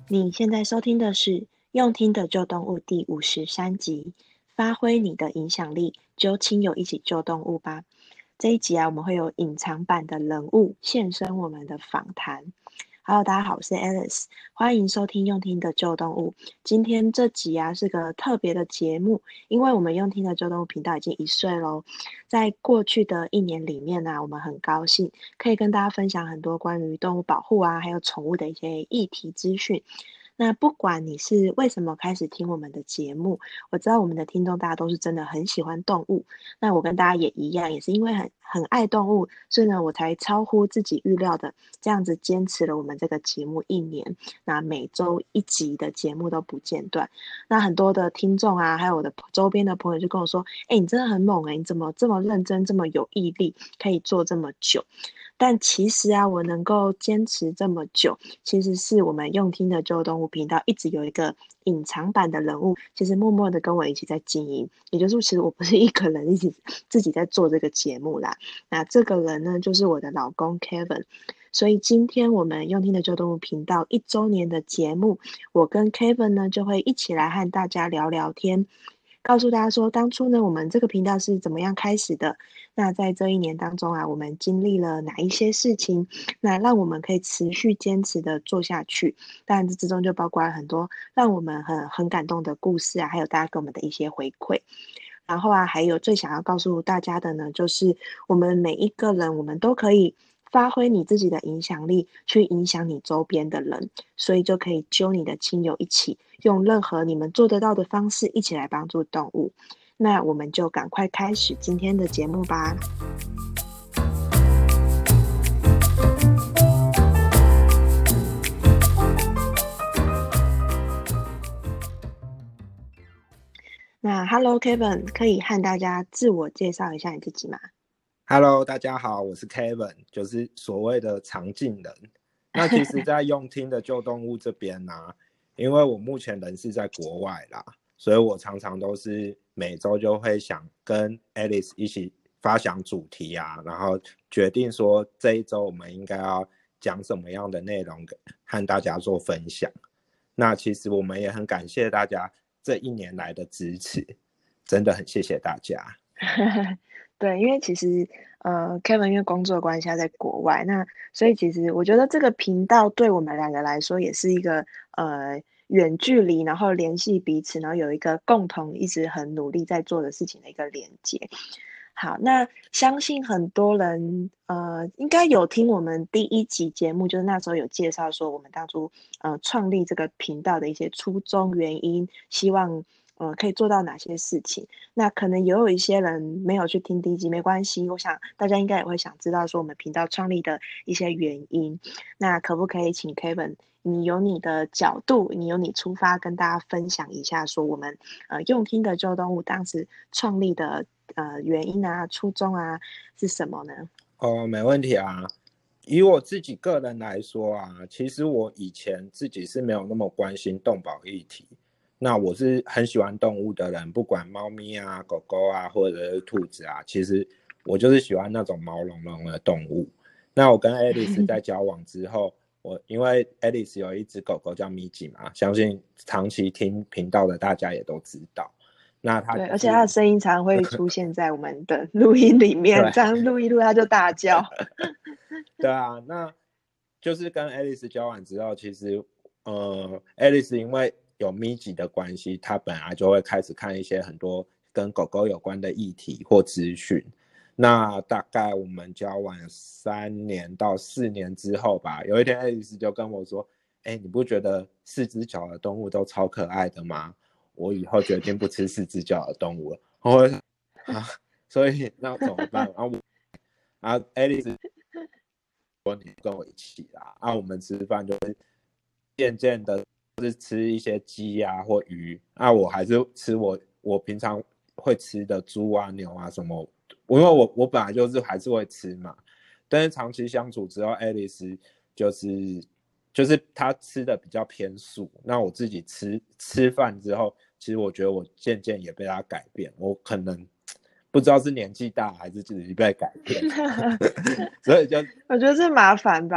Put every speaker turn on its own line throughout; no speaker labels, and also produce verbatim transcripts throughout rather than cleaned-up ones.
你现在收听的是《用听的救动物》第五十三集，发挥你的影响力，揪亲友一起救动物吧。这一集啊，我们会有隐藏版的人物现身我们的访谈。Hello，大家好，我是 Alice， 欢迎收听用听的救动物。今天这集啊是个特别的节目，因为我们用听的救动物频道已经一岁咯。在过去的一年里面呢、啊，我们很高兴可以跟大家分享很多关于动物保护啊，还有宠物的一些议题资讯。那不管你是为什么开始听我们的节目，我知道我们的听众大家都是真的很喜欢动物。那我跟大家也一样，也是因为很很爱动物，所以呢，我才超乎自己预料的这样子坚持了我们这个节目一年。那每周一集的节目都不间断。那很多的听众啊，还有我的周边的朋友就跟我说：“哎、欸，你真的很猛哎、欸，你怎么这么认真，这么有毅力，可以做这么久？”但其实啊，我能够坚持这么久，其实是我们用听的救动物频道一直有一个隐藏版的人物，其实默默的跟我一起在经营。也就是其实我不是一个人一起自己在做这个节目啦。那这个人呢，就是我的老公 Kevin。所以今天我们用听的救动物频道一周年的节目，我跟 Kevin 呢就会一起来和大家聊聊天。告诉大家说，当初呢，我们这个频道是怎么样开始的？那在这一年当中啊，我们经历了哪一些事情？那让我们可以持续坚持的做下去。当然，这之中就包括了很多让我们很很感动的故事啊，还有大家给我们的一些回馈。然后啊，还有最想要告诉大家的呢，就是我们每一个人，我们都可以发挥你自己的影响力，去影响你周边的人，所以就可以揪你的亲友一起，用任何你们做得到的方式，一起来帮助动物。那我们就赶快开始今天的节目吧。那 Hello Kevin，可以和大家自我介绍一下你自己吗？
Hello， 大家好，我是 Kevin， 就是所谓的常进人。那其实在用听的救动物这边呢、啊，因为我目前人是在国外啦，所以我常常都是每周就会想跟 Alice 一起发想主题啊，然后决定说这一周我们应该要讲什么样的内容和大家做分享。那其实我们也很感谢大家这一年来的支持，真的很谢谢大家。
对，因为其实呃，Kevin 因为工作关系他在国外，那所以其实我觉得这个频道对我们两个来说也是一个呃远距离，然后联系彼此，然后有一个共同一直很努力在做的事情的一个连接。好，那相信很多人呃应该有听我们第一集节目，就是那时候有介绍说我们当初呃创立这个频道的一些初衷原因，希望呃可以做到哪些事情。那可能也有一些人没有去听第一集，没关系，我想大家应该也会想知道说我们频道创立的一些原因。那可不可以请 Kevin， 你有你的角度，你有你出发，跟大家分享一下说我们呃用听的救动物当时创立的呃原因啊、初衷啊是什么呢？
哦，没问题啊。以我自己个人来说啊，其实我以前自己是没有那么关心动保议题。那我是很喜欢动物的人，不管猫咪啊、狗狗啊，或者是兔子啊，其实我就是喜欢那种毛茸茸的动物。那我跟 Alice 在交往之后，我因为 Alice 有一只狗狗叫咪吉嘛，相信长期听频道的大家也都知道。那他、就是、
对，而且他的声音常会出现在我们的录音里面，这样录一录他就大叫。
对啊，那就是跟 Alice 交往之后，其实呃 Alice 因为有咪吉的关系，她本来就会开始看一些很多跟狗狗有关的议题或资讯。那大概我们交往三年到四年之后吧，有一天 Alice 就跟我说：“哎，你不觉得四只脚的动物都超可爱的吗？我以后决定不吃四只脚的动物了。”我啊，所以那怎么办？然后我啊 Alice 说你跟我一起啦，啊，我们吃饭就是渐渐的，就是吃一些鸡啊或鱼，啊，我还是吃我我平常会吃的猪啊牛啊什么，因为我我本来就是还是会吃嘛，但是长期相处之后 ，Alice 就是就是她吃的比较偏素，那我自己吃吃饭之后，其实我觉得我渐渐也被她改变，我可能不知道是年纪大还是自己被改变，所以就
我觉得这麻烦吧，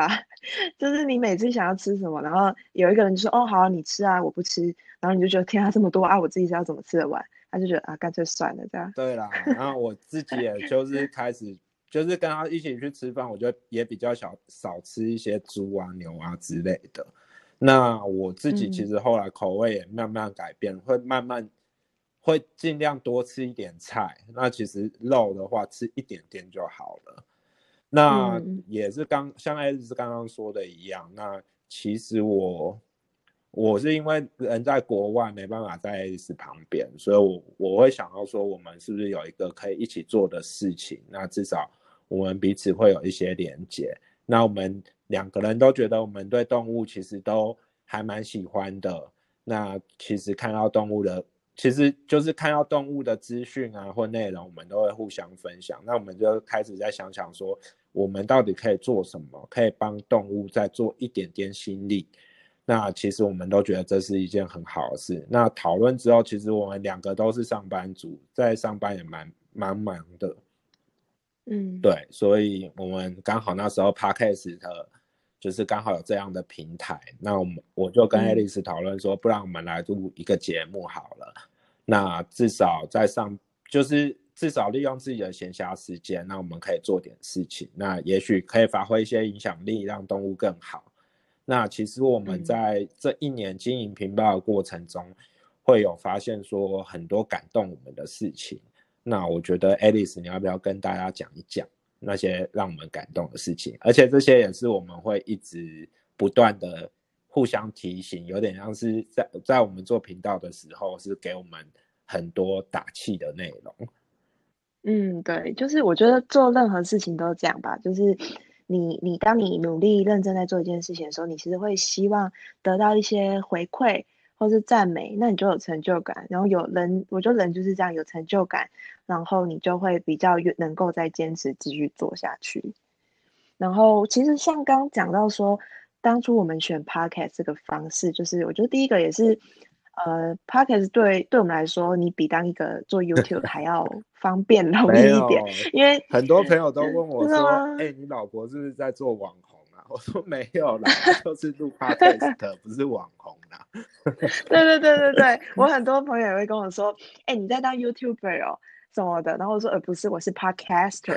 就是你每次想要吃什么，然后有一个人就说哦好啊你吃啊我不吃，然后你就觉得天啊这么多啊我自己是要怎么吃得完，他就觉得啊干脆算了这样。
对啦，然后我自己也就是开始就是跟他一起去吃饭，我就也比较少少吃一些猪啊牛啊之类的。那我自己其实后来口味也慢慢改变，会慢慢会尽量多吃一点菜，那其实肉的话吃一点点就好了。那
嗯
也是刚像艾丽丝刚刚说的一样，那其实我我是因为人在国外没办法在爱丽丝旁边，所以我我会想要说，我们是不是有一个可以一起做的事情？那至少我们彼此会有一些连结。那我们两个人都觉得我们对动物其实都还蛮喜欢的。那其实看到动物的，其实就是看到动物的资讯啊或内容，我们都会互相分享。那我们就开始在想想说，我们到底可以做什么，可以帮动物再做一点点心力。那其实我们都觉得这是一件很好的事。那讨论之后，其实我们两个都是上班族，在上班也蛮蛮忙的，
嗯，
对，所以我们刚好那时候 Podcast 的，就是刚好有这样的平台。那我们我就跟 Alice 讨论说，不然我们来录一个节目好了。那至少在上，就是至少利用自己的闲暇时间，那我们可以做点事情。那也许可以发挥一些影响力，让动物更好。那其实我们在这一年经营频道的过程中，会有发现说很多感动我们的事情。那我觉得 Alice 你要不要跟大家讲一讲那些让我们感动的事情？而且这些也是我们会一直不断的互相提醒，有点像是在在我们做频道的时候是给我们很多打气的内容。
嗯，对，就是我觉得做任何事情都这样吧，就是你你当你努力认真在做一件事情的时候，你其实会希望得到一些回馈或是赞美，那你就有成就感，然后有人，我觉得人就是这样有成就感，然后你就会比较能够再坚持继续做下去。然后其实像刚刚讲到说，当初我们选 podcast 这个方式，就是我觉得第一个也是，呃，podcast 对对我们来说，你比当一个做 YouTube 还要方便容
没
易一点，
有，
因为
很多朋友都问我
真的
说：
吗？
“哎、欸，你老婆是不是在做网红啊？”我说：“没有啦，她就是录 podcast，不是网红啦。”
对对对对对，我很多朋友也会跟我说：“哎、欸，你在当 YouTuber 哦什么的。”然后我说：“呃，不是，我是 Podcaster。”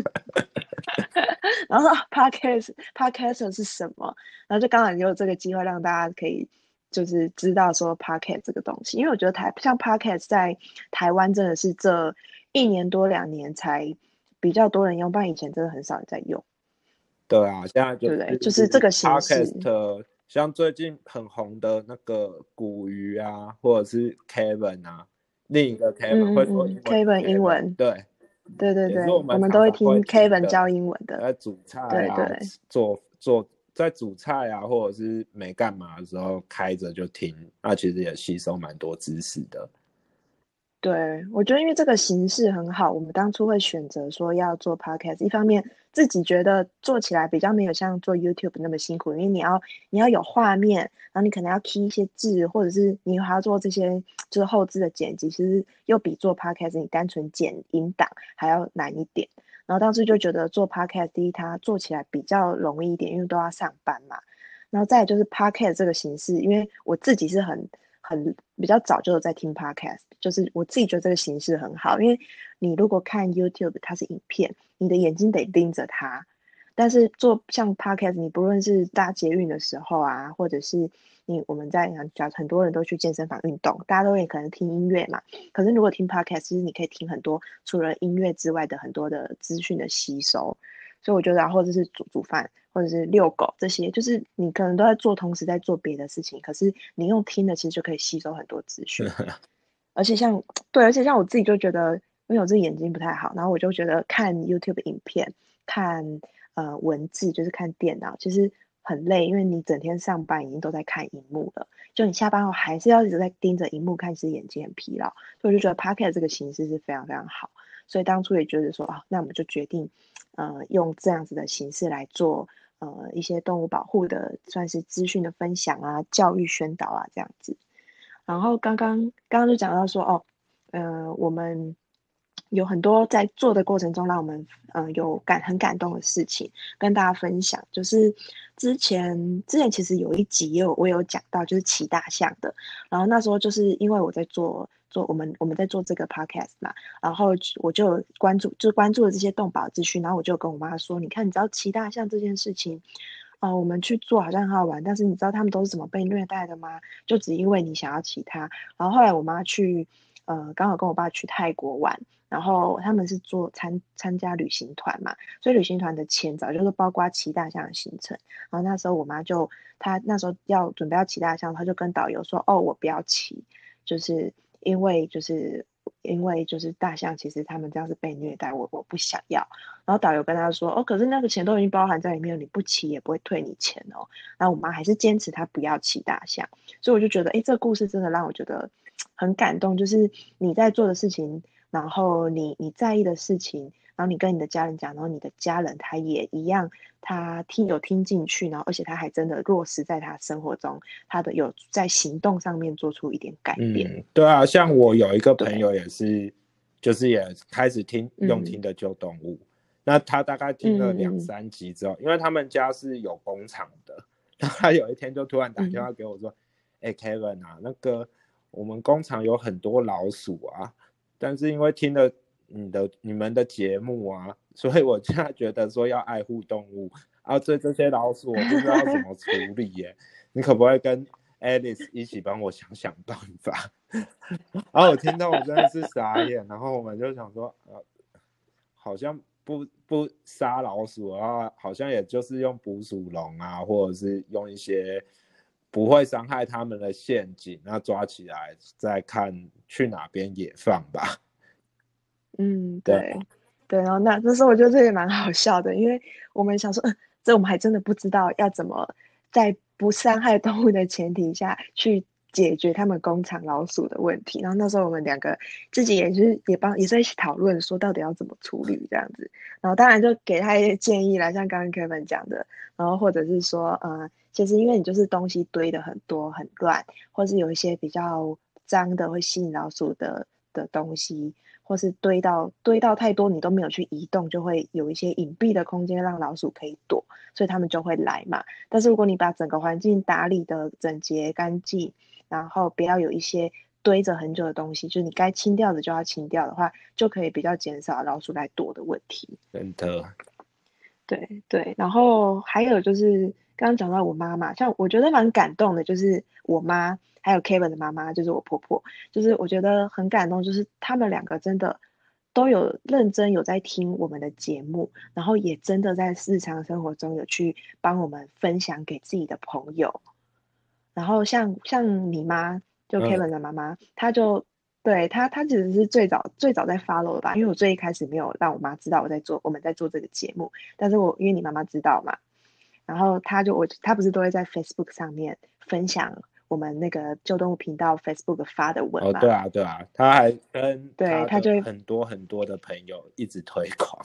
然后说 podcast podcaster 是什么？然后就刚好有这个机会让大家可以就是知道说 podcast 这个东西，因为我觉得台像 podcast 在台湾真的是这一年多两年才比较多人用，不然以前真的很少人在用。
对啊，现在就
对不对？就是这
是
个形式。
podcast，像最近很红的那个古鱼啊，或者是 Kevin 啊，另一个 Kevin 会
嗯嗯嗯
说英文的
，Kevin 英
Kevin，
文，
对，
对对对，
也是我们
我们都会听
常常会听
Kevin
的，
教英文的。
在煮菜啊，
对对。
做做在煮菜啊，或者是没干嘛的时候开着就听，那其实也吸收蛮多知识的。
对，我觉得因为这个形式很好，我们当初会选择说要做 podcast。一方面自己觉得做起来比较没有像做 YouTube 那么辛苦，因为你要你要有画面，然后你可能要 key 一些字，或者是你还要做这些就是后置的剪辑，其实又比做 podcast 你单纯剪音档还要难一点。然后当时就觉得做 podcast 第一它做起来比较容易一点，因为都要上班嘛。然后再来就是 podcast 这个形式，因为我自己是很很比较早就有在听 podcast，就是我自己觉得这个形式很好，因为你如果看 YouTube 它是影片，你的眼睛得盯着它，但是做像 podcast， 你不论是搭捷运的时候啊，或者是你我们在讲很多人都去健身房运动，大家都会可能听音乐嘛，可是如果听 podcast， 其实你可以听很多除了音乐之外的很多的资讯的吸收。所以我觉得，或者是煮煮饭，或者是遛狗这些，就是你可能都在做，同时在做别的事情，可是你用听的，其实就可以吸收很多资讯。而且像对，而且像我自己就觉得，因为我自己眼睛不太好，然后我就觉得看 YouTube 影片，看呃文字，就是看电脑，其实很累，因为你整天上班已经都在看荧幕了，就你下班后还是要一直在盯着荧幕看，其实眼睛很疲劳。所以我就觉得 Podcast 这个形式是非常非常好，所以当初也觉得说啊，那我们就决定。呃，用这样子的形式来做呃一些动物保护的，算是资讯的分享啊、教育宣导啊这样子。然后刚刚刚刚就讲到说，哦，呃，我们有很多在做的过程中让我们呃有感很感动的事情跟大家分享。就是之前之前其实有一集也有我有讲到就是骑大象的，然后那时候就是因为我在做做我们我们在做这个 podcast 嘛，然后我就关注就关注了这些动保资讯，然后我就跟我妈说，你看你知道骑大象这件事情。哦，我们去做好像很好玩，但是你知道他们都是怎么被虐待的吗？就只因为你想要骑它。然后后来我妈去，呃，刚好跟我爸去泰国玩，然后他们是做参参加旅行团嘛，所以旅行团的钱早就是包括骑大象的行程。然后那时候我妈就，她那时候要准备要骑大象，她就跟导游说，哦，我不要骑，就是因为就是因为就是大象其实他们这样是被虐待，我我不想要。然后导游跟他说，哦，可是那个钱都已经包含在里面了，你不骑也不会退你钱哦。然后我妈还是坚持她不要骑大象，所以我就觉得，哎，这个故事真的让我觉得很感动，就是你在做的事情，然后你你在意的事情，然后你跟你的家人讲，然后你的家人他也一样，他听有听进去，然后而且他还真的落实在他生活中，他的有在行动上面做出一点改变。
嗯，对啊，像我有一个朋
对，
友也是，就是也开始听用
嗯
听的救动物，那他大概听了两
嗯嗯
三集之后，因为他们家是有工厂的，然后他有一天就突然打电
嗯
话给我说：“哎、欸、，Kevin 啊，那个我们工厂有很多老鼠啊，但是因为听了你的你们的节目啊，所以我现在觉得说要爱护动物啊，所以这些老鼠我不知道怎么处理耶，你可不可以跟 Alice 一起帮我想想办法？”然后我听到我真的是傻眼，然后我们就想说，呃，好像不不杀老鼠的话，好像也就是用捕鼠笼啊，或者是用一些不会伤害他们的陷阱，那抓起来再看去哪边野放吧。
嗯，
对，
对对，然后那那时候我觉得这也蛮好笑的，因为我们想说，嗯，这我们还真的不知道要怎么在不伤害动物的前提下去解决他们工厂老鼠的问题。然后那时候我们两个自己也是也帮也是在一起讨论说到底要怎么处理这样子。然后当然就给他一些建议啦，像刚刚 Kevin 讲的，然后或者是说，呃，其实因为你就是东西堆的很多很乱，或是有一些比较脏的会吸引老鼠的的东西。或是堆到堆到太多，你都没有去移动，就会有一些隐蔽的空间让老鼠可以躲，所以他们就会来嘛。但是如果你把整个环境打理的整洁干净，然后不要有一些堆着很久的东西，就是你该清掉的就要清掉的话，就可以比较减少老鼠来躲的问题。
真的，
对对，然后还有就是刚刚讲到我妈妈，像我觉得蛮感动的，就是我妈还有 Kevin 的妈妈，就是我婆婆，就是我觉得很感动，就是他们两个真的都有认真有在听我们的节目，然后也真的在日常生活中有去帮我们分享给自己的朋友。然后像像你妈，就
嗯，
Kevin 的妈妈，她就对她她其实是最早最早在 follow 的吧，因为我最一开始没有让我妈知道我在做我们在做这个节目，但是我因为你妈妈知道嘛，然后她就我她不是都会在 Facebook 上面分享我们那个旧动物频道 Facebook 发的文
哦，对
嘛，
啊，对啊，他还跟
对，
他的
她就会
很多很多的朋友一直推广。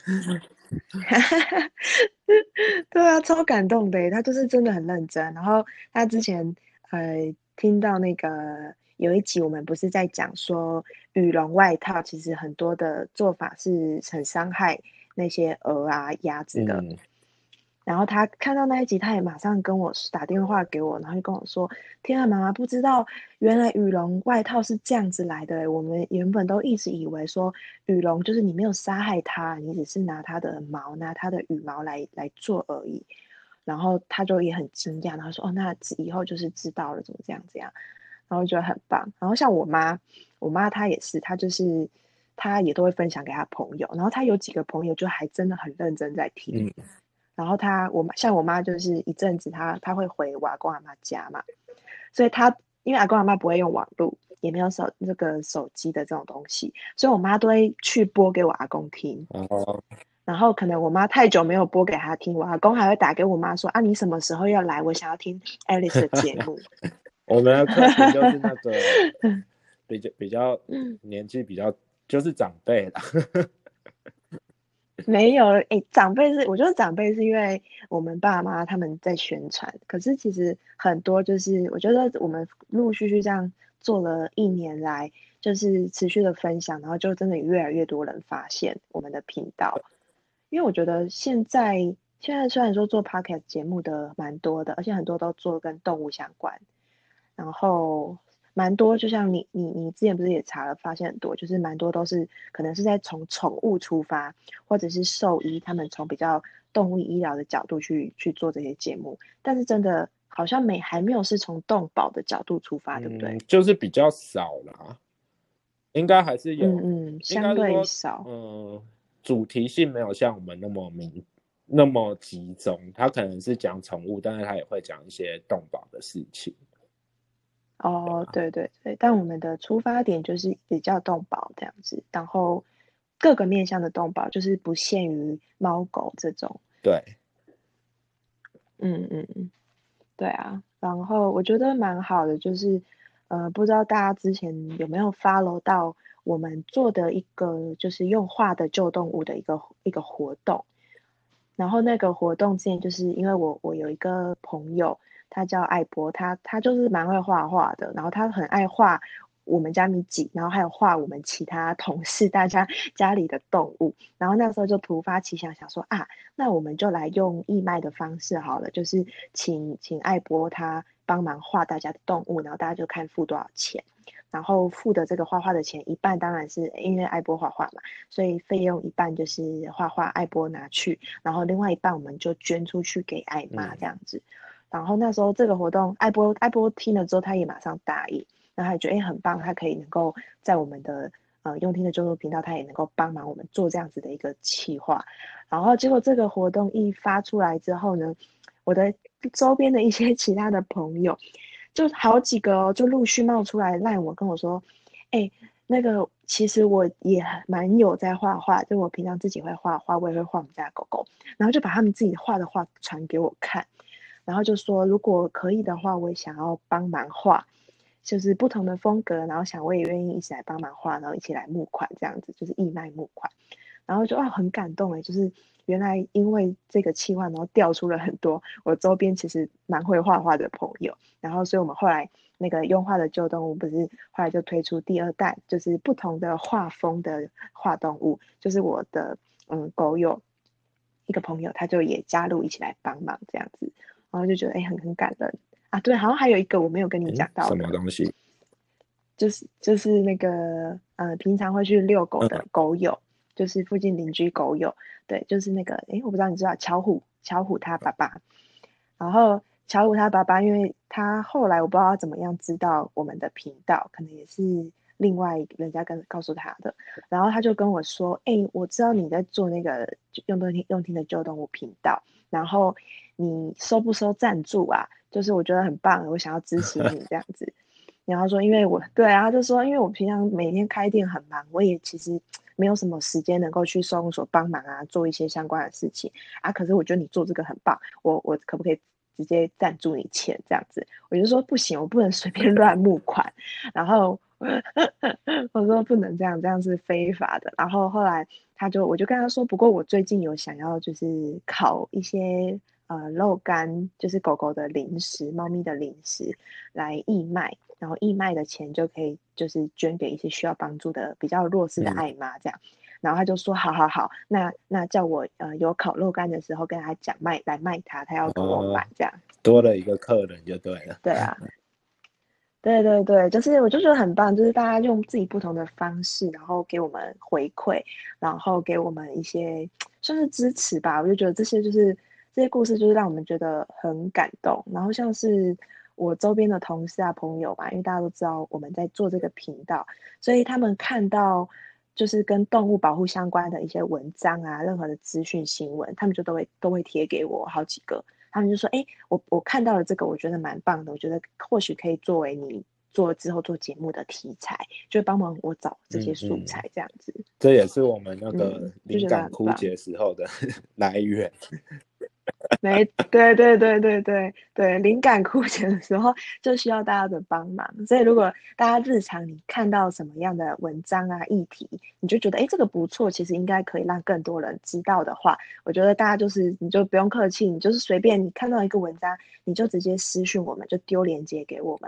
对啊，超感动的耶，他就是真的很认真。然后他之前呃听到那个有一集我们不是在讲说羽绒外套其实很多的做法是很伤害那些鹅啊鸭子的，
嗯，
然后他看到那一集，他也马上跟我打电话给我，然后就跟我说：“天啊，妈妈不知道原来羽绒外套是这样子来的。我们原本都一直以为说羽绒就是你没有杀害它，你只是拿它的毛、拿它的羽毛来来做而已。”然后他就也很惊讶，然后说：“哦，那以后就是知道了，怎么这样这样。”然后觉得很棒。然后像我妈，我妈她也是，她就是她也都会分享给她朋友，然后她有几个朋友就还真的很认真在听。
嗯，
然后他，我妈像我妈就是一阵子她，她会回我阿公阿妈家嘛，所以她因为阿公阿妈不会用网络，也没有手这个手机的这种东西，所以我妈都会去播给我阿公听。
哦，
然后可能我妈太久没有播给他听，我阿公还会打给我妈说：“啊，你什么时候要来？我想要听 Alice 的节目。”
我们的客群就是那个比较比较年纪比较就是长辈啦。
没有，诶，长辈是，我觉得长辈是因为我们爸妈他们在宣传，可是其实很多就是，我觉得我们陆陆续续这样做了一年来， 就是持续的分享，然后就真的越来越多人发现我们的频道。因为我觉得现在现在虽然说做 podcast 节目的蛮多的，而且很多都做跟动物相关，然后蛮多就像你你你之前不是也查了，发现很多就是蛮多都是可能是在从宠物出发，或者是兽医他们从比较动物医疗的角度去去做这些节目，但是真的好像没还没有是从动保的角度出发，对不对？
嗯，就是比较少啦，应该还是有，
嗯嗯，
应该
相
是说，
对少。
嗯，主题性没有像我们那么明那么集中，他可能是讲宠物，但是他也会讲一些动保的事情。
哦，对对对，但我们的出发点就是比较动保这样子，然后各个面向的动保，就是不限于猫狗这种。
对，
嗯嗯嗯，对啊。然后我觉得蛮好的，就是呃，不知道大家之前有没有 follow 到我们做的一个就是用画的救动物的一个一个活动。然后那个活动之前就是因为我我有一个朋友，他叫艾博，他他就是蛮会画画的，然后他很爱画我们家米吉，然后还有画我们其他同事大家家里的动物，然后那时候就突发奇想，想说啊，那我们就来用义卖的方式好了，就是请请艾博他帮忙画大家的动物，然后大家就看付多少钱。然后付的这个画画的钱一半当然是因为艾波画画嘛，所以费用一半就是画画艾波拿去，然后另外一半我们就捐出去给艾妈这样子。嗯、然后那时候这个活动，艾波艾波听了之后，他也马上答应，然后他也觉得哎很棒，他可以能够在我们的呃用听的救助频道，他也能够帮忙我们做这样子的一个企划。然后结果这个活动一发出来之后呢，我的周边的一些其他的朋友。就好几个哦，就陆续冒出来赖我跟我说，哎、欸，那个其实我也蛮有在画画，就我平常自己会画画，我也会画我们家的狗狗，然后就把他们自己画的画传给我看，然后就说如果可以的话，我也想要帮忙画，就是不同的风格，然后想我也愿意一起来帮忙画，然后一起来募款这样子，就是义卖募款。然后就啊很感动哎，就是原来因为这个企划，然后调出了很多我周边其实蛮会画画的朋友，然后所以我们后来那个用画的旧动物不是后来就推出第二代，就是不同的画风的画动物，就是我的嗯狗友一个朋友他就也加入一起来帮忙这样子，然后就觉得哎很很感人啊。对，好像还有一个我没有跟你讲到
什
的，
么东西？
就是就是那个呃平常会去遛狗
嗯，
的狗友。就是附近邻居狗友，对，就是那个，诶，我不知道你知道巧虎，巧虎他爸爸，然后巧虎他爸爸，因为他后来我不知道他怎么样知道我们的频道，可能也是另外人家跟告诉他的，然后他就跟我说，哎，我知道你在做那个用动听用听的救动物频道，然后你收不收赞助啊？就是我觉得很棒，我想要支持你这样子。然后说，因为我对啊，他就说，因为我平常每天开店很忙，我也其实没有什么时间能够去收容所帮忙啊，做一些相关的事情啊。可是我觉得你做这个很棒，我我可不可以直接赞助你钱这样子？我就说不行，我不能随便乱募款。然后我说不能这样，这样是非法的。然后后来他就我就跟他说，不过我最近有想要就是烤一些呃肉干，就是狗狗的零食、猫咪的零食来义卖。然后义卖的钱就可以就是捐给一些需要帮助的比较弱势的爱妈这样，嗯、然后他就说好好好，那那叫我呃有烤肉干的时候跟他讲卖来卖他，他要跟我买这样，
多了一个客人就对了。
对啊，对对对，就是我就觉得很棒，就是大家用自己不同的方式，然后给我们回馈，然后给我们一些算是支持吧。我就觉得这些就是这些故事，就是让我们觉得很感动。然后像是我周边的同事啊、朋友嘛，因为大家都知道我们在做这个频道，所以他们看到就是跟动物保护相关的一些文章啊、任何的资讯新闻，他们就都会都会贴给我好几个。他们就说：“哎，我我看到了这个，我觉得蛮棒的，我觉得或许可以作为你做之后做节目的题材，就帮忙我找这些素材，这样子。嗯”
这也是我们那个
嗯，就
灵
觉得很棒。
感枯竭时候的来源。
没，对对对对对对，灵感枯竭的时候就需要大家的帮忙。所以如果大家日常你看到什么样的文章啊、议题，你就觉得哎这个不错，其实应该可以让更多人知道的话，我觉得大家就是你就不用客气，你就是随便你看到一个文章，你就直接私讯我们，就丢链接给我们，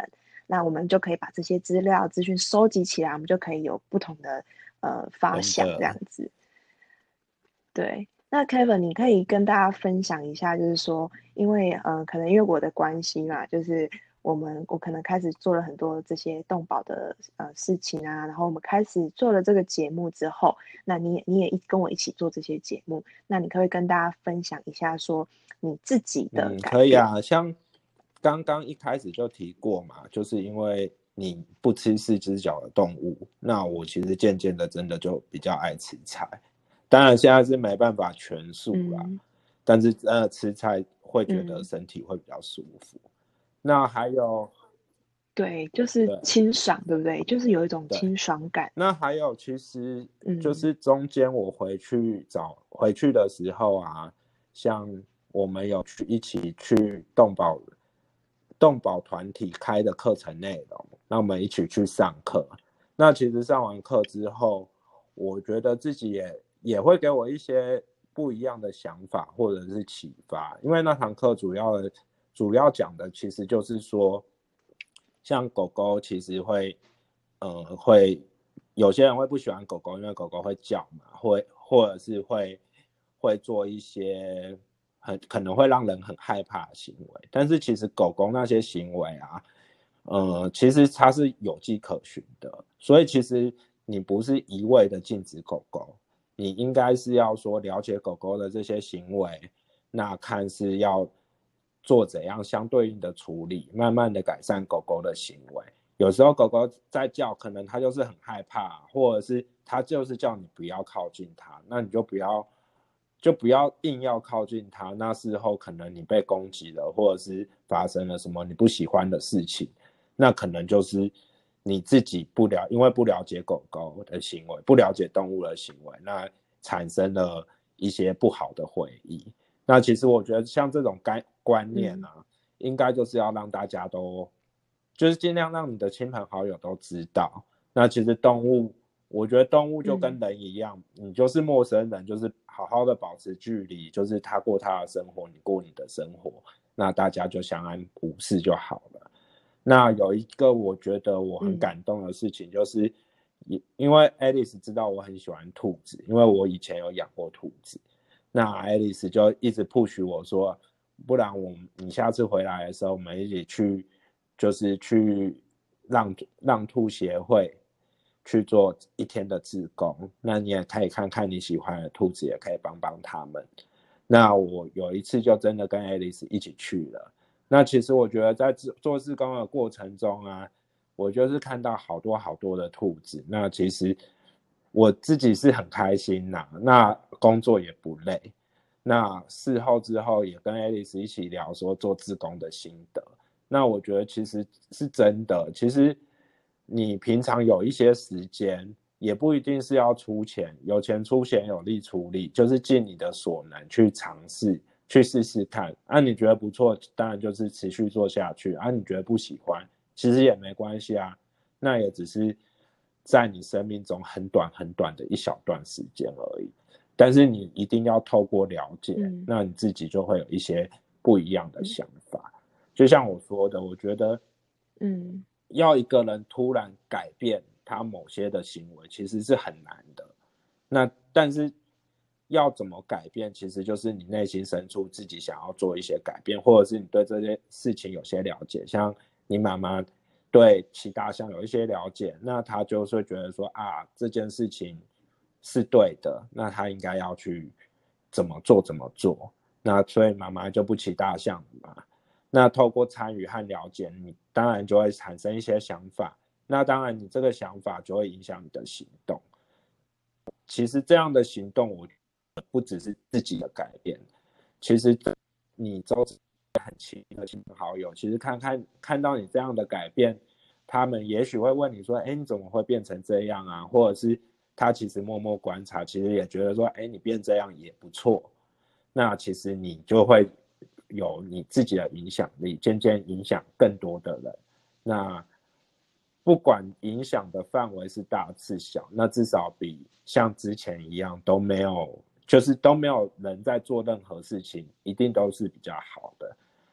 那我们就可以把这些资料资讯收集起来，我们就可以有不同的呃发想这样子。对，那 Kevin 你可以跟大家分享一下，就是说，因为呃，可能因为我的关系嘛，就是我们我可能开始做了很多这些动保的呃事情啊，然后我们开始做了这个节目之后，那你也你也一跟我一起做这些节目，那你可不可以跟大家分享一下，说你自己的
嗯，
改变？
可以啊，像刚刚一开始就提过嘛，就是因为你不吃四只脚的动物，那我其实渐渐的真的就比较爱吃菜。当然现在是没办法全素啦，嗯、但是呃吃菜会觉得身体会比较舒服。嗯、那还有，
对，就是清爽， 对, 对不对？就是有一种清爽感。
那还有，其实就是中间我回去找、嗯、回去的时候啊，像我们有去一起去动保动保团体开的课程内容，那我们一起去上课。那其实上完课之后，我觉得自己也也会给我一些不一样的想法或者是启发，因为那堂课主要的主要讲的其实就是说，像狗狗其实会，呃，会有些人会不喜欢狗狗，因为狗狗会叫嘛，会或者是会会做一些很可能会让人很害怕的行为，但是其实狗狗那些行为啊，呃，其实它是有迹可循的，所以其实你不是一味的禁止狗狗，你应该是要说了解狗狗的这些行为，那看是要做怎样相对应的处理，慢慢的改善狗狗的行为。有时候狗狗在叫，可能它就是很害怕，或者是它就是叫你不要靠近它，那你就不要就不要硬要靠近它，那事后可能你被攻击了，或者是发生了什么你不喜欢的事情，那可能就是你自己不了，因为不了解狗狗的行为，不了解动物的行为，那产生了一些不好的回忆。那其实我觉得像这种观念啊、嗯、应该就是要让大家都就是尽量让你的亲朋好友都知道。那其实动物，我觉得动物就跟人一样、嗯、你就是陌生人，就是好好的保持距离，就是他过他的生活，你过你的生活，那大家就相安无事就好了。那有一个我觉得我很感动的事情，就是因为 Alice 知道我很喜欢兔子，因为我以前有养过兔子，那 Alice 就一直 push 我说，不然我你下次回来的时候，我们一起去，就是去让让兔协会去做一天的志工，那你也可以看看你喜欢的兔子，也可以帮帮他们。那我有一次就真的跟 Alice 一起去了。那其实我觉得在做志工的过程中啊，我就是看到好多好多的兔子，那其实我自己是很开心啦，那工作也不累。那事后之后也跟 Alice 一起聊说做志工的心得，那我觉得其实是真的，其实你平常有一些时间，也不一定是要出钱，有钱出钱，有力出力，就是尽你的所能去尝试，去试试看。啊，你觉得不错，当然就是持续做下去。啊，你觉得不喜欢，其实也没关系啊，那也只是在你生命中很短很短的一小段时间而已。但是你一定要透过了解、嗯、那你自己就会有一些不一样的想法、嗯、就像我说的，我觉得嗯，要一个人突然改变他某些的行为其实是很难的，那但是要怎么改变，其实就是你内心深处自己想要做一些改变，或者是你对这些事情有些了解，像你妈妈对骑大象有一些了解，那她就会觉得说啊，这件事情是对的，那他应该要去怎么做怎么做，那所以妈妈就不骑大象嘛。那透过参与和了解，你当然就会产生一些想法，那当然你这个想法就会影响你的行动。其实这样的行动我不只是自己的改变，其实你周围很亲的亲朋好友，其实看看看到你这样的改变，他们也许会问你说，哎，你怎么会变成这样啊？或者是他其实默默观察，其实也觉得说，哎，你变这样也不错。那其实你就会有你自己的影响力，渐渐影响更多的人。那不管影响的范围是大是小，那至少比像之前一样都没有，就是都没有人在做任何事情，一定都是比较好的。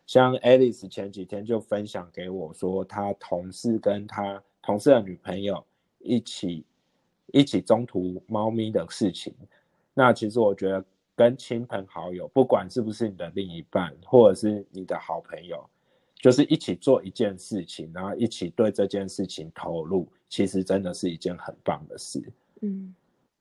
像 Alice 前几天就分享给我说，他同事跟他同事的女朋友一起一起中途猫咪的事情。那其实我觉得跟亲朋好友，不管是不是你的另一半，或者是你的好朋友，就是一起做一件事情，然后一起对这件事情投入，其实真的是一件很棒的事。
嗯，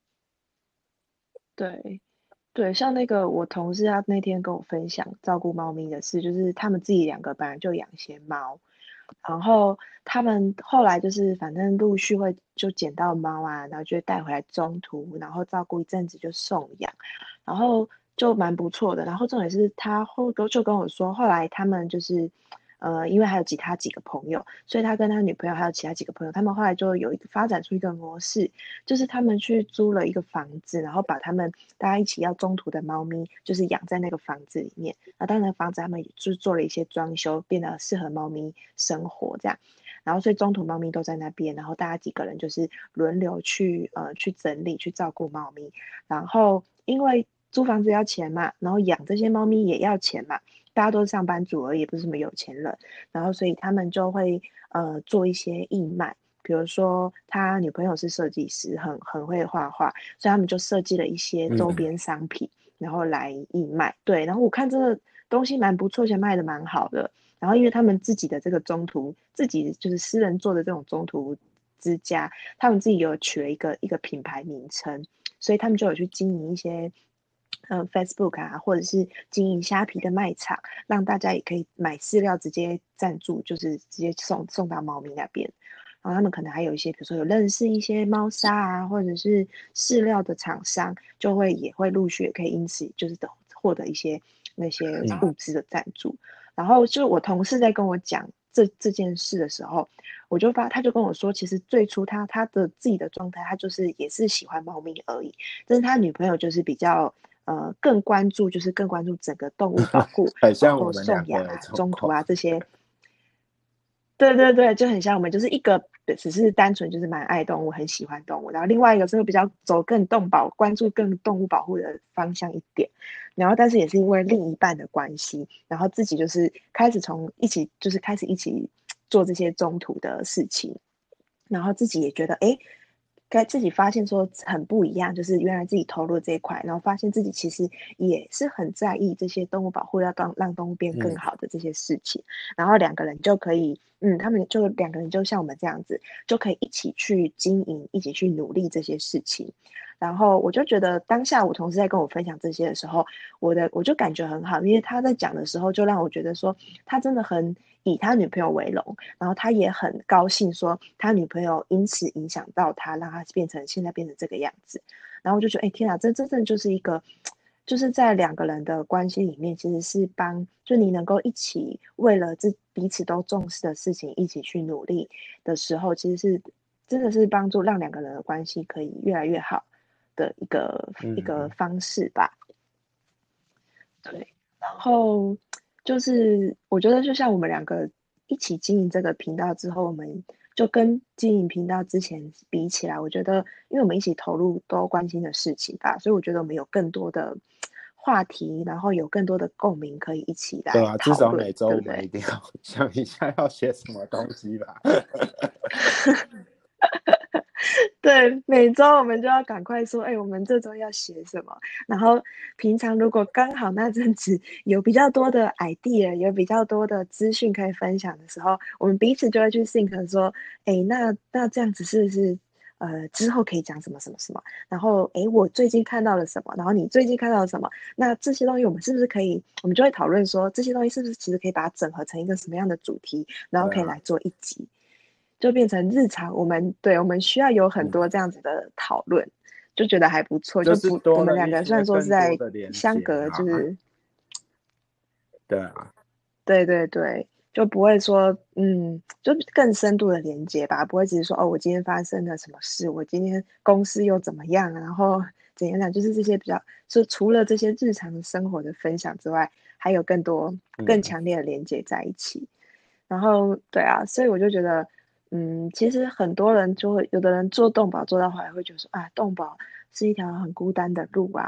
对。对，像那个我同事，他那天跟我分享照顾猫咪的事，就是他们自己两个本来就养些猫，然后他们后来就是反正陆续会就捡到猫啊，然后就会带回来中途，然后照顾一阵子就送养，然后就蛮不错的。然后重点是他后就跟我说，后来他们就是呃，因为还有其他几个朋友，所以他跟他女朋友还有其他几个朋友，他们后来就有一个发展出一个模式，就是他们去租了一个房子，然后把他们大家一起要中途的猫咪，就是养在那个房子里面。那当然房子他们也就是做了一些装修，变得适合猫咪生活这样。然后所以中途猫咪都在那边，然后大家几个人就是轮流去呃去整理去照顾猫咪。然后因为租房子要钱嘛，然后养这些猫咪也要钱嘛，大家都是上班族而已，不是什么有钱人，然后所以他们就会呃做一些义卖。比如说他女朋友是设计师，很很会画画，所以他们就设计了一些周边商品，嗯、然后来义卖。对，然后我看这个东西蛮不错，而且卖的蛮好的。然后因为他们自己的这个中途，自己就是私人做的这种中途之家，他们自己有取了一个一个品牌名称，所以他们就有去经营一些。呃，Facebook 啊，或者是经营虾皮的卖场，让大家也可以买饲料直接赞助，就是直接送送到猫咪那边。然后他们可能还有一些，比如说有认识一些猫砂啊，或者是饲料的厂商，就会也会陆续也可以因此就是获得一些那些物资的赞助。然后就我同事在跟我讲这这件事的时候，我就发他就跟我说，其实最初他他的自己的状态，他就是也是喜欢猫咪而已，但是他女朋友就是比较。呃，更关注就是更关注整个动物保护，
很
然后
像我们两
送养啊、
个的状
中途
况。
啊这些。对对对，就很像我们，就是一个只是单纯就是蛮爱动物，很喜欢动物，然后另外一个是会比较走更动保，关注更动物保护的方向一点，然后但是也是因为另一半的关系，然后自己就是开始从一起就是开始一起做这些中途的事情，然后自己也觉得哎。该自己发现说很不一样，就是原来自己投入这一块，然后发现自己其实也是很在意这些动物保护，要让让动物变更好的这些事情，嗯、然后两个人就可以，嗯，他们就两个人就像我们这样子，就可以一起去经营，一起去努力这些事情。然后我就觉得当下我同事在跟我分享这些的时候，我的我就感觉很好，因为他在讲的时候就让我觉得说他真的很以他女朋友为荣，然后他也很高兴说他女朋友因此影响到他，让他变成现在变成这个样子。然后我就觉得，哎，天啊，这真正就是一个，就是在两个人的关系里面，其实是帮，就你能够一起为了这彼此都重视的事情一起去努力的时候，其实是真的是帮助让两个人的关系可以越来越好的一个、嗯、一个方式吧。对，然后就是我觉得，就像我们两个一起经营这个频道之后，我们就跟经营频道之前比起来，我觉得，因为我们一起投入都关心的事情吧，所以我觉得我们有更多的话题，然后有更多的共鸣可以一起来
对啊，至少
讨论，
每周我
对不对？
们一定要想一下要写什么东西吧。
对，每周我们就要赶快说，哎、欸，我们这周要写什么？然后平常如果刚好那阵子有比较多的 idea， 有比较多的资讯可以分享的时候，我们彼此就会去 think 说，哎、欸，那那这样子是不是呃之后可以讲什么什么什么？然后哎、欸，我最近看到了什么？然后你最近看到了什么？那这些东西我们是不是可以？我们就会讨论说，这些东西是不是其实可以把它整合成一个什么样的主题，然后可以来做一集。就变成日常，我们对我们需要有很多这样子的讨论，嗯、就觉得还不错。
就
不，我们两个虽然说是在相隔，就是，
对啊，
对对对，就不会说，嗯，就更深度的连接吧，不会只是说，哦，我今天发生了什么事，我今天公司又怎么样，然后怎样讲，就是这些比较，就除了这些日常生活的分享之外，还有更多更强烈的连接在一起。嗯、然后，对啊，所以我就觉得。嗯，其实很多人就会，有的人做动保做到后来会觉得说啊，动保是一条很孤单的路啊，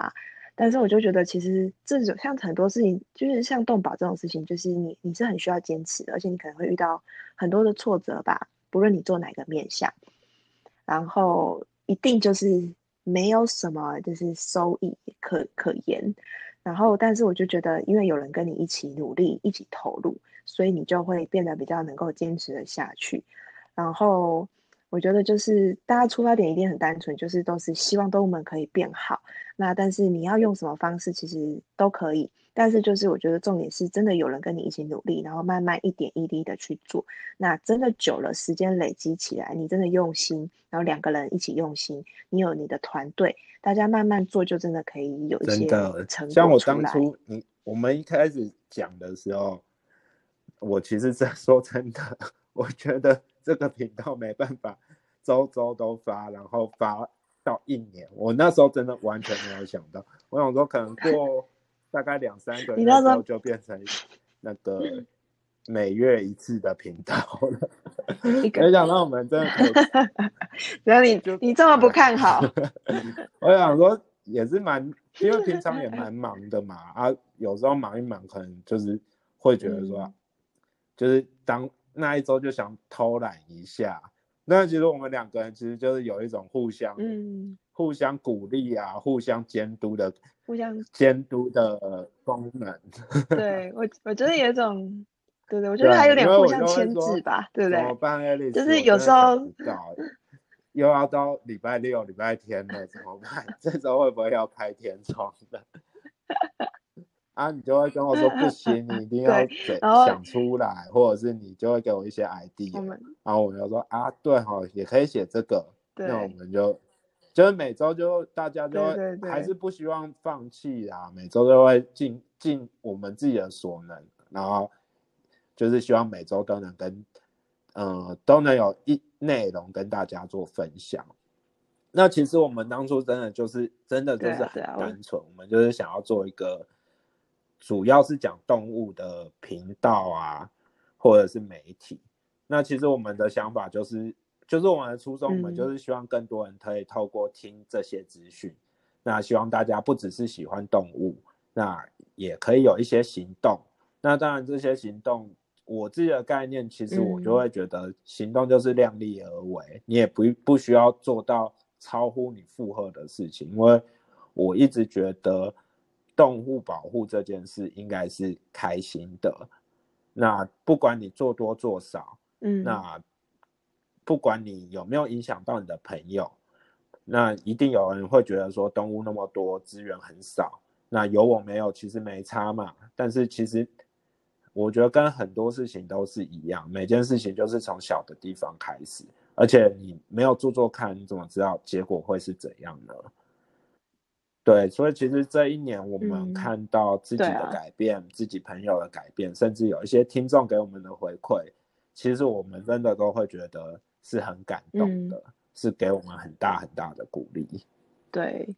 但是我就觉得，其实这种像很多事情，就是像动保这种事情，就是你你是很需要坚持的，而且你可能会遇到很多的挫折吧，不论你做哪个面向，然后一定就是没有什么就是收益可可言。然后，但是我就觉得，因为有人跟你一起努力，一起投入，所以你就会变得比较能够坚持的下去。然后，我觉得就是大家出发点一定很单纯，就是都是希望动物们可以变好。那但是你要用什么方式，其实都可以。但是就是我觉得重点是真的有人跟你一起努力，然后慢慢一点一滴的去做。那真的久了，时间累积起来，你真的用心，然后两个人一起用心，你有你的团队，大家慢慢做，就真的可以有一些
真的，
成
像我
果出来。
当初你我们一开始讲的时候，我其实在说真的，我觉得这个频道没办法周周都发，然后发到一年。我那时候真的完全没有想到，我想说可能过大概两三个
你那时候
月之后就变成那个每月一次的频道了。
一个，
没想到我们真的可以，
然后你
就
你这么不看好，
我想说也是蛮，因为平常也蛮忙的嘛，啊，有时候忙一忙，可能就是会觉得说，
嗯
就是当那一周就想偷懒一下。那其实我们两个人其实就是有一种互相、
嗯，
互相鼓励啊，互相监督的
互相
监督的功能。
对我我觉得有一种，对对，我觉得还有
对，因
点
为我就会
互相牵制
说
吧，对不对？
怎么办，Alice，
就是
我真的想
有时候，
不到，又要到礼拜六、礼拜天了，怎么办？这周会不会要开天窗的？啊，你就会跟我说不行，你一定要
对，然后
想出来，或者是你就会给我一些 idea，
我们
然后我就说啊，对哈，也可以写这个，那我
对
们就就是每周就大家就
对
会
对对
还是不希望放弃啊，每周都会尽尽我们自己的所能，然后就是希望每周都能跟呃都能有一内容跟大家做分享。那其实我们当初真的就是真的就是很
对啊对啊，我
单纯，我们就是想要做一个主要是讲动物的频道啊，或者是媒体。那其实我们的想法就是，就是我们的初衷，我们就
嗯
是希望更多人可以透过听这些资讯，那希望大家不只是喜欢动物，那也可以有一些行动。那当然这些行动，我自己的概念，其实我就
嗯
会觉得行动就是量力而为，你也不不需要做到超乎你负荷的事情，因为我一直觉得动物保护这件事应该是开心的。那不管你做多做少，
嗯
那不管你有没有影响到你的朋友，那一定有人会觉得说动物那么多，资源很少，那有我没有其实没差嘛。但是其实我觉得跟很多事情都是一样，每件事情就是从小的地方开始，而且你没有做做看，你怎么知道结果会是怎样呢？对，所以其实这一年我们
嗯，
看到自己的
对啊，
改变，自己朋友的改变，甚至有一些听众给我们的回馈，其实我们真的都会觉得是很感动
嗯
的，是给我们很大很大的鼓励。
对。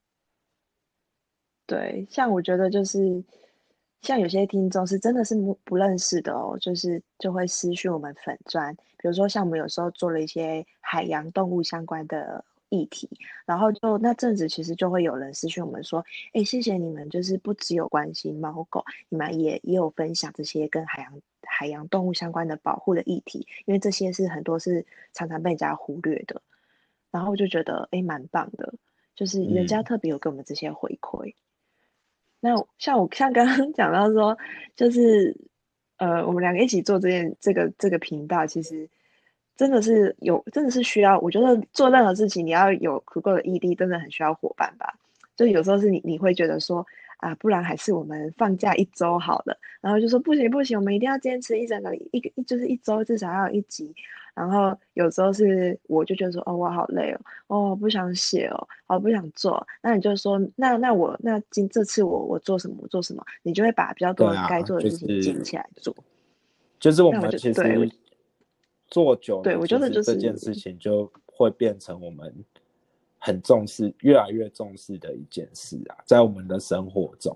对，像我觉得就是像有些听众是真的是不不认识的哦，就是就会私讯我们粉专，比如说像我们有时候做了一些海洋动物相关的议题，然后就那阵子其实就会有人私讯我们说，哎，谢谢你们，就是不只有关心猫狗，你们也也有分享这些跟海洋海洋动物相关的保护的议题，因为这些是很多是常常被人家忽略的，然后我就觉得哎蛮棒的，就是人家
嗯，
特别有给我们这些回馈。那像我像刚刚讲到说，就是呃，我们两个一起做这件这个这个频道，其实真的是有，真的是需要。我觉得做任何事情，你要有足够的毅力，真的很需要伙伴吧。就有时候是你你会觉得说啊，不然还是我们放假一周好了，然后就说不行不行，我们一定要坚持一整个一个就是一周至少要有一集。然后有时候是我就觉得说哦，我好累哦。哦，不想写哦，哦，不想做。那你就说，那那我那今这次我我做什么，我做什么，你就会把比较多该
对啊，就
做的事情捡
是
起来做。
就是我
那我
们其
就对我
实做久了，
对我觉
其实
得就是
这件事情就会变成我们很重视、越来越重视的一件事啊，在我们的生活中。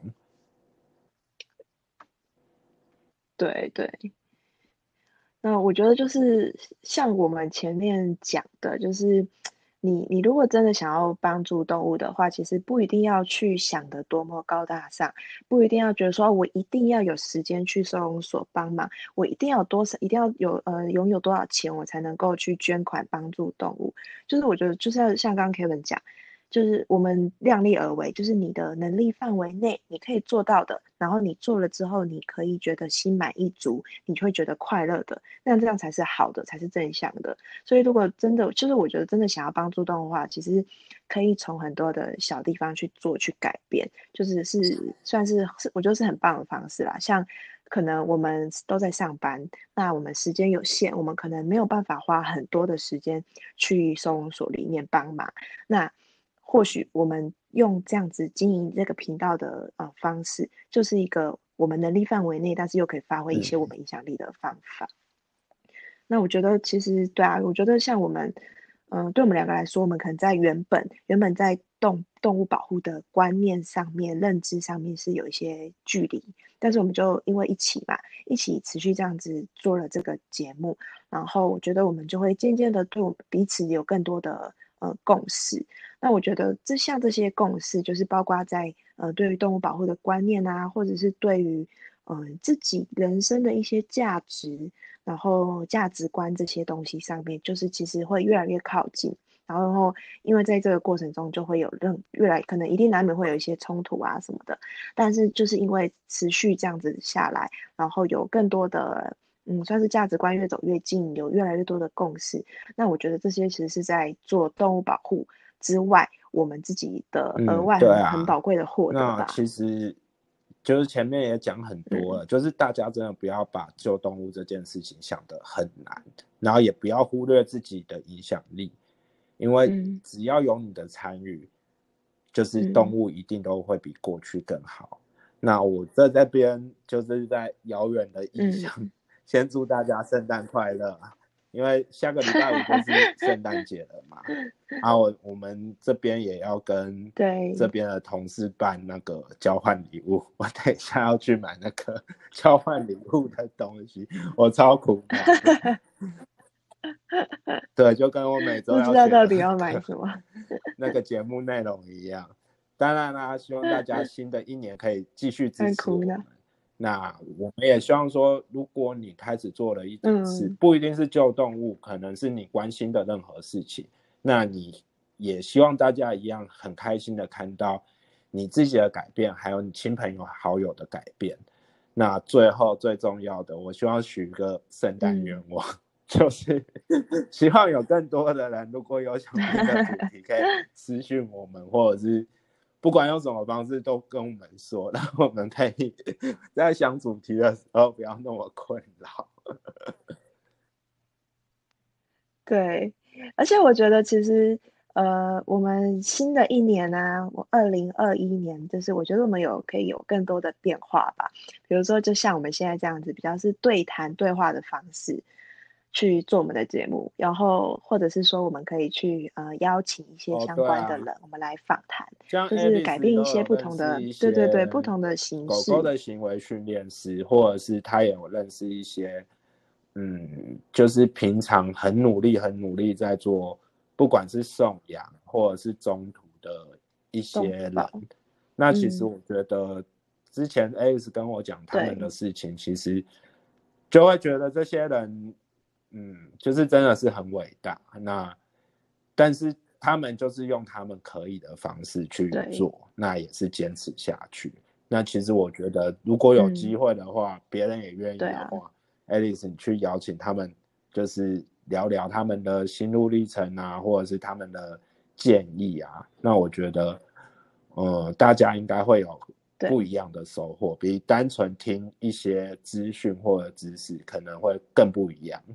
对对。那我觉得就是像我们前面讲的，就是你你如果真的想要帮助动物的话，其实不一定要去想得多么高大上，不一定要觉得说我一定要有时间去收容所帮忙，我一定要有多少，一定要有呃拥有多少钱，我才能够去捐款帮助动物。就是我觉得就是要像刚刚 Kevin 讲，就是我们量力而为，就是你的能力范围内你可以做到的，然后你做了之后，你可以觉得心满意足，你会觉得快乐的，那这样才是好的，才是正向的。所以如果真的就是我觉得真的想要帮助动物的话，其实可以从很多的小地方去做去改变，就是是算是是我觉得是很棒的方式啦。像可能我们都在上班，那我们时间有限，我们可能没有办法花很多的时间去收容所里面帮忙。那或许我们用这样子经营这个频道的呃方式，就是一个我们能力范围内，但是又可以发挥一些我们影响力的方法。那我觉得其实对啊，我觉得像我们，嗯、呃，对我们两个来说，我们可能在原本原本在动动物保护的观念上面、认知上面是有一些距离，但是我们就因为一起嘛，一起持续这样子做了这个节目，然后我觉得我们就会渐渐的对我们彼此有更多的呃共识。那我觉得这像这些共识，就是包括在呃对于动物保护的观念啊，或者是对于嗯、呃、自己人生的一些价值。然后价值观这些东西上面，就是其实会越来越靠近。然后，因为在这个过程中，就会有任越来可能一定难免会有一些冲突啊什么的，但是就是因为持续这样子下来，然后有更多的嗯，算是价值观越走越近，有越来越多的共识。那我觉得这些其实是在做动物保护之外，我们自己的额
嗯，
外很很
对啊，
宝贵的获得吧。
那其实就是前面也讲很多了，
嗯
就是大家真的不要把救动物这件事情想得很难，然后也不要忽略自己的影响力，因为
嗯
只要有你的参与，就是动
嗯
物一定都会比过去更好。那我在这边就是在遥远的异乡，
嗯，
先祝大家圣诞快乐，因为下个礼拜五就是圣诞节了嘛。啊我，我们这边也要跟这
对。
边的同事办那个交换礼物，我等一下要去买那个交换礼物的东西，我超苦恼的。对，就跟我每周
不知
要写的
道到底要
那个
买什么。
那个节目内容一样。当然啦，希望大家新的一年可以继续支
很苦恼。
持我们。那我们也希望说，如果你开始做了一点事，
嗯，
不一定是救动物，可能是你关心的任何事情，那你也希望大家一样很开心的看到你自己的改变，还有你亲朋友好友的改变。那最后最重要的，我希望许个圣诞愿望，嗯、就是希望有更多的人，如果有想听的主题，可以私讯我们，或者是不管用什么方式都跟我们说，让我们可以在想主题的时候不要那么困扰。
对，而且我觉得其实呃，我们新的一年啊，我二零二一年，就是我觉得我们有可以有更多的变化吧。比如说，就像我们现在这样子，比较是对谈对话的方式去做我们的节目，然后或者是说我们可以去呃邀请一些
哦，
相
对啊，
关的人，我们来访谈，
像
就是改
Alice
变一些
都有
不同的，
认识一
对对对，不
些
同的形式。
狗狗的行为训练师，或者是他也有认识一些，嗯，就是平常很努力、很努力在做，不管是送养或者是中途的一些人。
动保。
那其实
嗯，
我觉得，之前 Alice 跟我讲他们的
对
事情，其实就会觉得这些人，嗯，就是真的是很伟大。那但是他们就是用他们可以的方式去
对，
做，那也是坚持下去。那其实我觉得，如果有机
嗯，
会的话，别人也愿意
对啊，
的话，Alice 你去邀请他们，就是聊聊他们的心路历程啊，或者是他们的建议啊。那我觉得，呃，大家应该会有不
对。
一样的收获，比单纯听一些资讯或者知识可能会更不一样。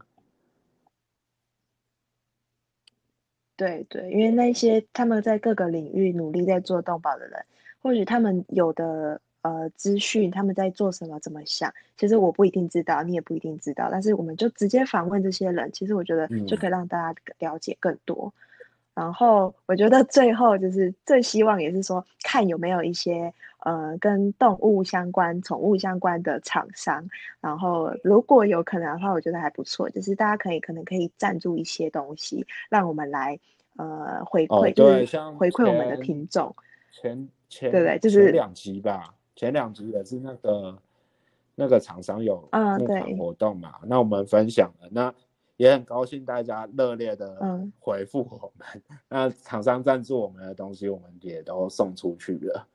对对，因为那些他们在各个领域努力在做动保的人，或许他们有的呃资讯，他们在做什么，怎么想，其实我不一定知道，你也不一定知道，但是我们就直接访问这些人，其实我觉得就
嗯，
可以让大家了解更多。然后我觉得最后就是最希望也是说，看有没有一些呃跟动物相关、宠物相关的厂商，然后如果有可能的话，我觉得还不错，就是大家可以可能可以赞助一些东西，让我们来呃回
哦，
馈，就
对，
是
像
回馈我们的
前
听众，
前前
对不对？就是
前两集吧，前两集也是那个那个厂商有
嗯，
募款
对，
活动嘛，那我们分享了，那也很高兴大家热烈的
嗯，
回复我们，那厂商赞助我们的东西，我们也都送出去了。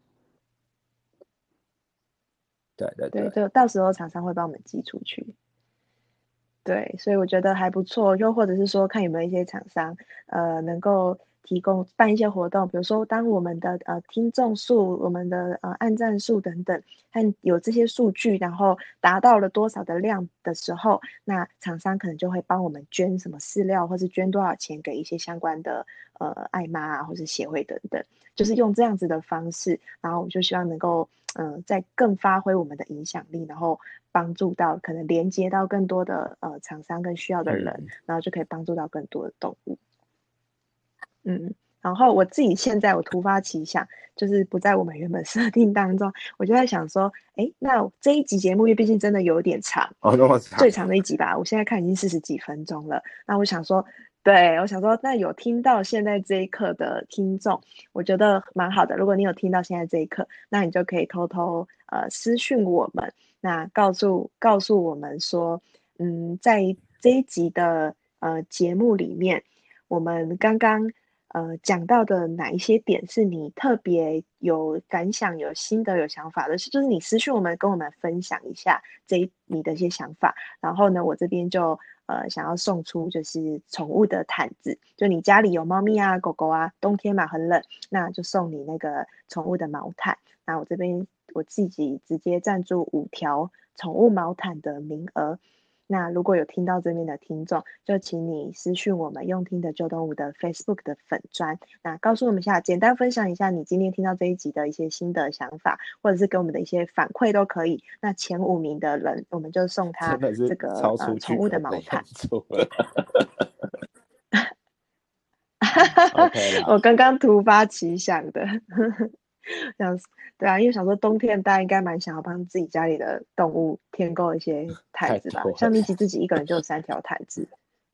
对对
对，
对，
就到时候厂商会帮我们寄出去。对，所以我觉得还不错，又或者是说看有没有一些厂商，呃，能够提供办一些活动，比如说当我们的呃听众数、我们的呃按赞数等等，和有这些数据，然后达到了多少的量的时候，那厂商可能就会帮我们捐什么饲料，或是捐多少钱给一些相关的呃爱妈啊，或是协会等等，就是用这样子的方式，然后我们就希望能够嗯、呃，再更发挥我们的影响力，然后帮助到可能连接到更多的呃厂商跟需要的人，
嗯，
然后就可以帮助到更多的动物。嗯，然后我自己现在我突发奇想，就是不在我们原本设定当中，我就在想说，哎，那这一集节目因为毕竟真的有点长，
哦，那么长，
最长的一集吧，我现在看已经四十几分钟了。那我想说，对，我想说，那有听到现在这一刻的听众，我觉得蛮好的。如果你有听到现在这一刻，那你就可以偷偷呃私讯我们，那告诉告诉我们说，嗯，在这一集的呃节目里面，我们刚刚呃讲到的哪一些点是你特别有感想、有心得、有想法的？就是你私讯我们，跟我们分享一下这一你的一些想法。然后呢，我这边就呃想要送出就是宠物的毯子，就你家里有猫咪啊、狗狗啊，冬天嘛很冷，那就送你那个宠物的毛毯。那我这边我自己直接赞助五条宠物毛毯的名额。那如果有听到这边的听众，就请你私讯我们用听的旧动物的 Facebook 的粉专，那告诉我们一下，简单分享一下你今天听到这一集的一些心得想法，或者是给我们的一些反馈都可以。那前五名的人，我们就送他
真的是
这个
超出
呃宠物的毛毯。
OK 啦，
我刚刚突发奇想的，想对啊，因为想说冬天大家应该蛮想要帮自己家里的动物添购一些毯子吧，像米奇自己一个人就有三条毯子。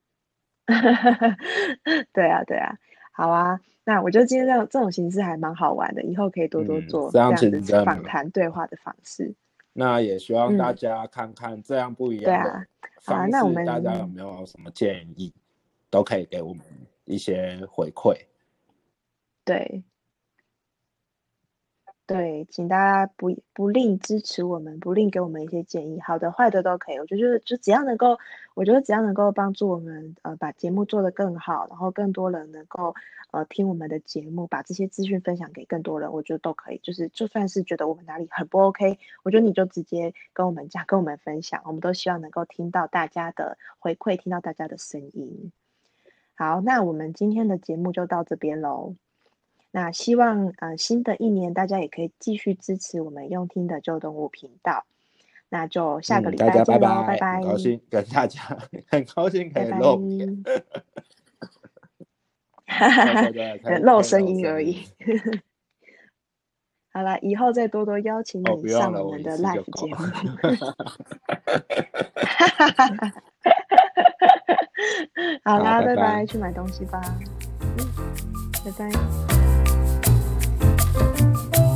对啊，对啊，好啊，那我觉得今天这种这种形式还蛮好玩的，以后可以多多
嗯，
做
这样
这样的
其实真的
访谈对话的方式。
那也希望大
嗯，
家看看这样不一
对
样的
啊，好啊，
方式，
那我们
大家有没有什么建议，都可以给我们一些回馈。
对。对，请大家不不吝支持我们，不吝给我们一些建议，好的坏的都可以。我觉得就只要能够，我觉得只要能够帮助我们呃把节目做得更好，然后更多人能够呃听我们的节目，把这些资讯分享给更多人，我觉得都可以。就是就算是觉得我们哪里很不 OK，我觉得你就直接跟我们讲，跟我们分享，我们都希望能够听到大家的回馈，听到大家的声音。好，那我们今天的节目就到这边喽。那希望呃新的一年大家也可以继续支持我们用听的旧动物频道，那就下个
嗯，
礼
大家拜
拜见喽，拜
拜，
拜，
很高兴跟大家，很高兴可以
拜拜，
露面，对对对，可以
露
可以
声音而
露声音。
已。好啦，以后再多多邀请
哦，
你
不用了，
上我们的
我一次就
live
够
节目。好啦，
好，拜
拜
拜。
去买东西吧。嗯，拜拜。